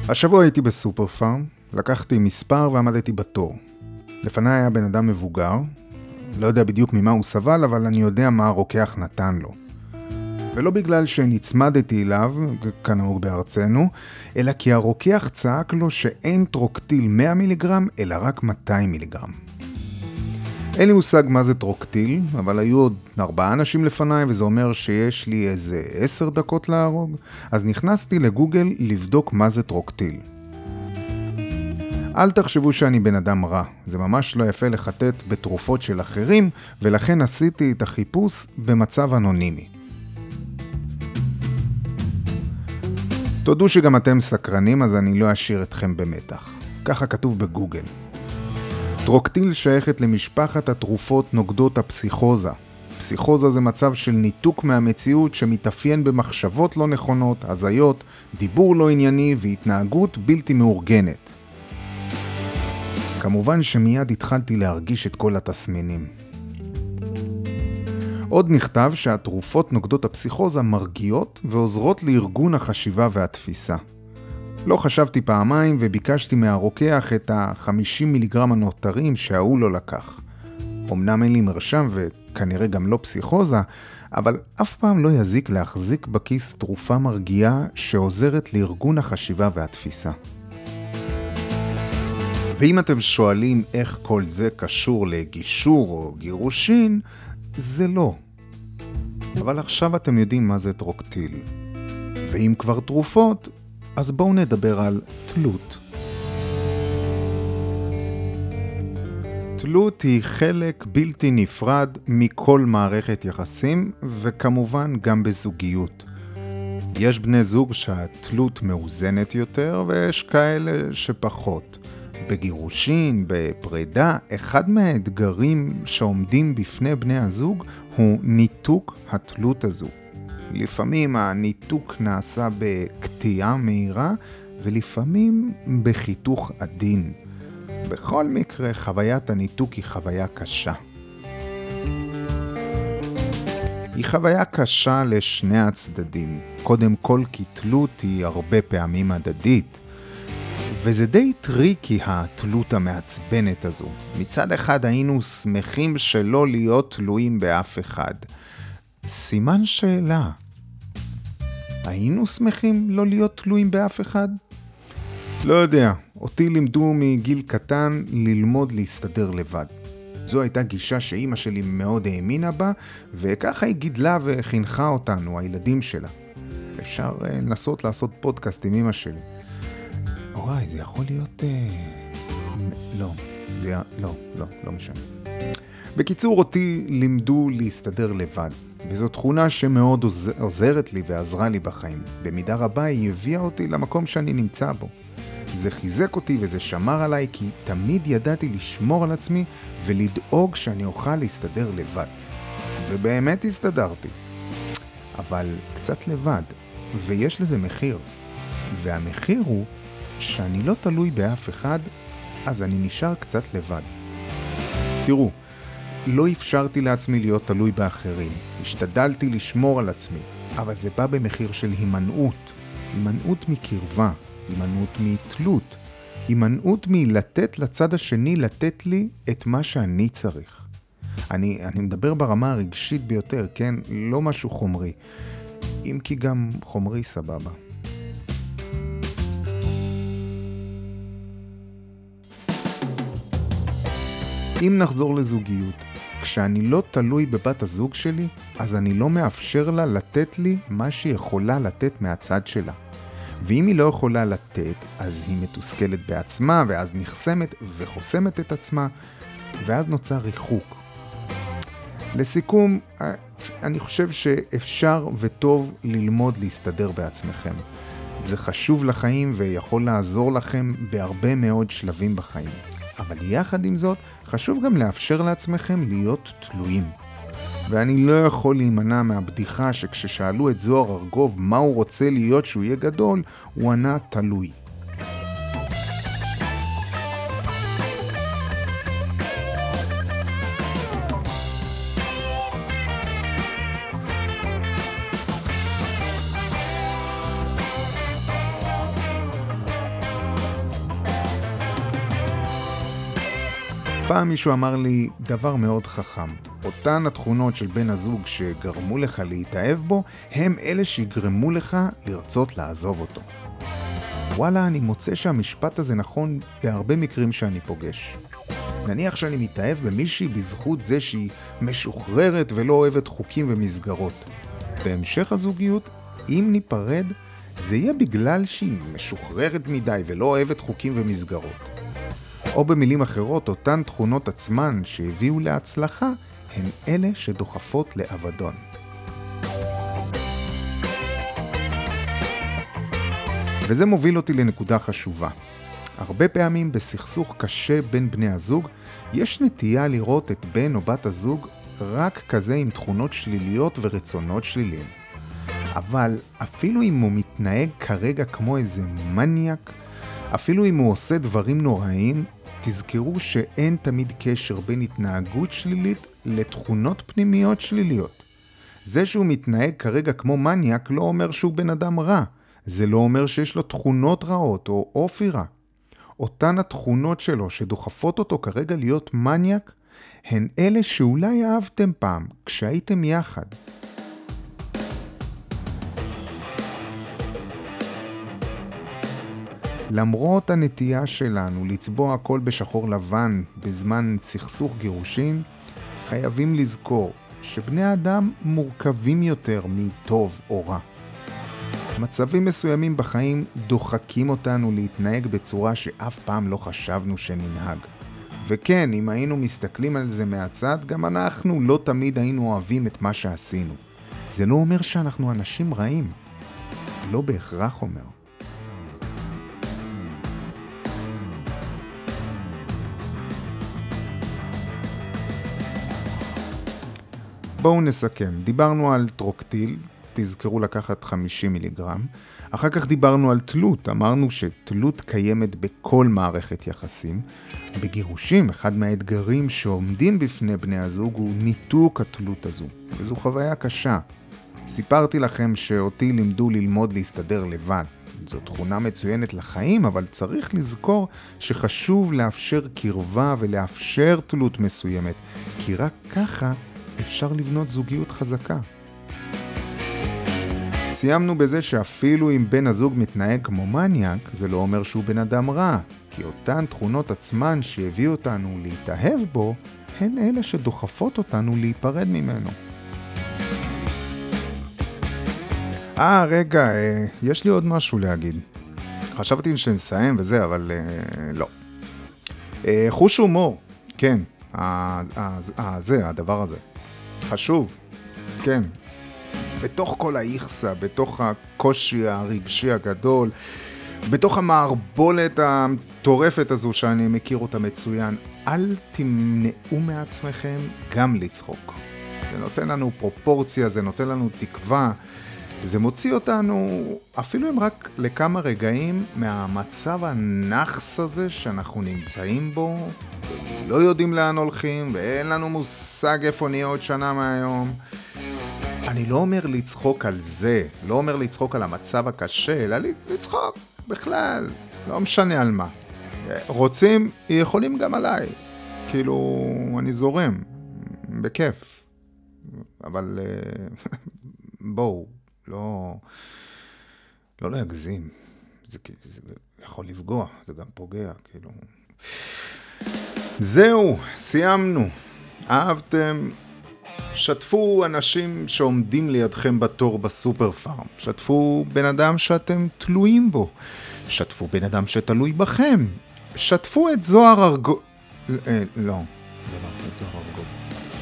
השבוע הייתי בסופר פארם, לקחתי מספר ועמדתי בתור. לפניי היה בן אדם מבוגר, לא יודע בדיוק ממה הוא סבל, אבל אני יודע מה הרוקח נתן לו. ולא בגלל שנצמדתי אליו, כנהוג בארצנו, אלא כי הרוקח צעק לו שאין טרוקטיל 100 מיליגרם, אלא רק 200 מיליגרם. אין לי מושג מה זה טרוקטיל, אבל היו עוד 4 אנשים לפניי, וזה אומר שיש לי איזה 10 דקות להרוג. אז נכנסתי לגוגל לבדוק מה זה טרוקטיל. אל תחשבו שאני בן אדם רע, זה ממש לא יפה לחטט בתרופות של אחרים, ולכן עשיתי את החיפוש במצב אנונימי. תודו שגם אתם סקרנים, אז אני לא אשאיר אתכם במתח. ככה כתוב בגוגל. טרוקטיל שייכת למשפחת התרופות נוגדות הפסיכוזה. פסיכוזה זה מצב של ניתוק מהמציאות שמתאפיין במחשבות לא נכונות, הזיות, דיבור לא ענייני והתנהגות בלתי מאורגנת. כמובן שמיד התחלתי להרגיש את כל התסמינים. עוד נכתב שהתרופות נוגדות הפסיכוזה מרגיעות ועוזרות לארגון החשיבה והתפיסה. לא חשבתי פעמיים וביקשתי מהרוקח את ה-50 מיליגרם הנותרים שההוא לא לקח. אמנם אין לי מרשם וכנראה גם לא פסיכוזה, אבל אף פעם לא יזיק להחזיק בכיס תרופה מרגיעה שעוזרת לארגון החשיבה והתפיסה. ואם אתם שואלים איך כל זה קשור לגישור או גירושין, זה לא. אבל עכשיו אתם יודעים מה זה טרוקטיל. ואם כבר תרופות, אז בואו נדבר על תלות. תלות היא חלק בלתי נפרד מכל מערכת יחסים, וכמובן גם בזוגיות. יש בני זוג שהתלות מאוזנת יותר, ויש כאלה שפחות. בגירושין, בפרידה, אחד מהאתגרים שעומדים בפני בני הזוג הוא ניתוק התלות הזו. לפעמים הניתוק נעשה בקטיעה מהירה, ולפעמים בחיתוך עדין. בכל מקרה, חוויית הניתוק היא חוויה קשה. היא חוויה קשה לשני הצדדים. קודם כל, כי תלות היא הרבה פעמים הדדית. וזה די טריקי התלות המעצבנת הזו. מצד אחד היינו שמחים שלא להיות תלויים באף אחד. סימן שאלה. היינו שמחים לא להיות תלויים באף אחד? לא יודע. אותי לימדו מגיל קטן ללמוד להסתדר לבד. זו הייתה גישה שאימא שלי מאוד האמינה בה, וככה היא גידלה וחינכה אותנו, הילדים שלה. אפשר לנסות לעשות פודקאסט עם אימא שלי. אורי, זה יכול להיות... לא משנה. בקיצור, אותי לימדו להסתדר לבד, וזו תכונה שמאוד עוזרת לי ועזרה לי בחיים. במידה רבה היא הביאה אותי למקום שאני נמצא בו. זה חיזק אותי וזה שמר עליי, כי תמיד ידעתי לשמור על עצמי ולדאוג שאני אוכל להסתדר לבד. ובאמת הסתדרתי. אבל קצת לבד, ויש לזה מחיר. והמחיר הוא שאני לא תלוי באף אחד, אז אני נשאר קצת לבד. תראו, לא אפשרתי לעצמי להיות תלוי באחרים. השתדלתי לשמור על עצמי, אבל זה בא במחיר של הימנעות. הימנעות מקרבה, הימנעות מתלות, הימנעות מלתת לצד השני לתת לי את מה שאני צריך. אני מדבר ברמה הרגשית ביותר, כן? לא משהו חומרי. אם כי גם חומרי סבבה. אם נחזור לזוגיות, כשאני לא תלוי בבת הזוג שלי, אז אני לא מאפשר לה לתת לי מה שהיא יכולה לתת מהצד שלה. ואם היא לא יכולה לתת, אז היא מתוסכלת בעצמה, ואז נחסמת וחוסמת את עצמה, ואז נוצר ריחוק. לסיכום, אני חושב שאפשר וטוב ללמוד להסתדר בעצמכם. זה חשוב לחיים ויכול לעזור לכם בהרבה מאוד שלבים בחיים. אבל יחד עם זאת, חשוב גם לאפשר לעצמכם להיות תלויים. ואני לא יכול להימנע מהבדיחה שכששאלו את זוהר ארגוב מה הוא רוצה להיות שהוא יהיה גדול, הוא ענה תלוי. פעם מישהו אמר לי דבר מאוד חכם. אותן התכונות של בן הזוג שגרמו לך להתאהב בו, הם אלה שיגרמו לך לרצות לעזוב אותו. וואלה, אני מוצא שהמשפט הזה נכון בהרבה מקרים שאני פוגש. נניח שאני מתאהב במישהי בזכות זה שהיא משוחררת ולא אוהבת חוקים ומסגרות. בהמשך הזוגיות, אם ניפרד, זה יהיה בגלל שהיא משוחררת מדי ולא אוהבת חוקים ומסגרות. או במילים אחרות, אותן תכונות עצמן שהביאו להצלחה, הן אלה שדוחפות לאבדון. וזה מוביל אותי לנקודה חשובה. הרבה פעמים בסכסוך קשה בין בני הזוג, יש נטייה לראות את בן או בת הזוג רק כזה עם תכונות שליליות ורצונות שליליים. אבל אפילו אם הוא מתנהג כרגע כמו איזה מניאק, אפילו אם הוא עושה דברים נוראים, תזכרו שאין תמיד קשר בין התנהגות שלילית לתכונות פנימיות שליליות. זה שהוא מתנהג כרגע כמו מניאק לא אומר שהוא בן אדם רע. זה לא אומר שיש לו תכונות רעות או אופי רע. אותן התכונות שלו שדוחפות אותו כרגע להיות מניאק, הן אלה שאולי אהבתם פעם כשהייתם יחד. למרות הנטייה שלנו לצבוע הכל בשחור לבן בזמן סכסוך גירושים, חייבים לזכור שבני האדם מורכבים יותר מטוב או רע. מצבים מסוימים בחיים דוחקים אותנו להתנהג בצורה שאף פעם לא חשבנו שננהג. וכן, אם היינו מסתכלים על זה מהצד, גם אנחנו לא תמיד היינו אוהבים את מה שעשינו. זה לא אומר שאנחנו אנשים רעים. לא בהכרח אומר. בואו נסכם. דיברנו על טרוקטיל, תזכרו לקחת 50 מיליגרם. אחר כך דיברנו על תלות. אמרנו שתלות קיימת בכל מערכת יחסים. בגירושים, אחד מהאתגרים שעומדים בפני בני הזוג הוא ניתוק התלות הזו. וזו חוויה קשה. סיפרתי לכם שאותי לימדו ללמוד להסתדר לבד. זו תכונה מצוינת לחיים, אבל צריך לזכור שחשוב לאפשר קרבה ולאפשר תלות מסוימת. כי רק ככה אפשר לבנות זוגיות חזקה. סיימנו בזה שאפילו אם בן הזוג מתנהג כמו מניאק, זה לא אומר שהוא בן אדם רע, כי אותן תכונות עצמן שהביאו אותנו להתאהב בו, הן אלה שדוחפות אותנו להיפרד ממנו. רגע, יש לי עוד משהו להגיד. חשבתי שנסיים וזה, אבל לא. חוש הומור, כן, הדבר הזה. חשוב, כן. בתוך כל האיכסה, בתוך הקושי הרגשי הגדול, בתוך המערבולת הטורפת הזו שאני מכיר אותה מצוין, אל תמנעו מעצמכם גם לצחוק. זה נותן לנו פרופורציה, זה נותן לנו תקווה, זה מוציא אותנו אפילו אם רק לכמה רגעים מהמצב הנחס הזה שאנחנו נמצאים בו, לא יודעים לאן הולכים ואין לנו מושג איפה נהיה עוד שנה מהיום. אני לא אומר לצחוק על זה, לא אומר לצחוק על המצב הקשה, אלא לצחוק בכלל, לא משנה על מה. רוצים, יכולים גם עליי. כאילו, אני זורם, בכיף. אבל בואו, לא להגזים. זה יכול לפגוע, זה גם פוגע, כאילו. זהו, סיימנו. אהבתם? שתפו אנשים שעומדים לידכם בתור בסופר פארם. שתפו בן אדם שאתם תלויים בו. שתפו בן אדם שתלוי בכם. שתפו את זוהר ארגוב. לא, את זוהר ארגוב.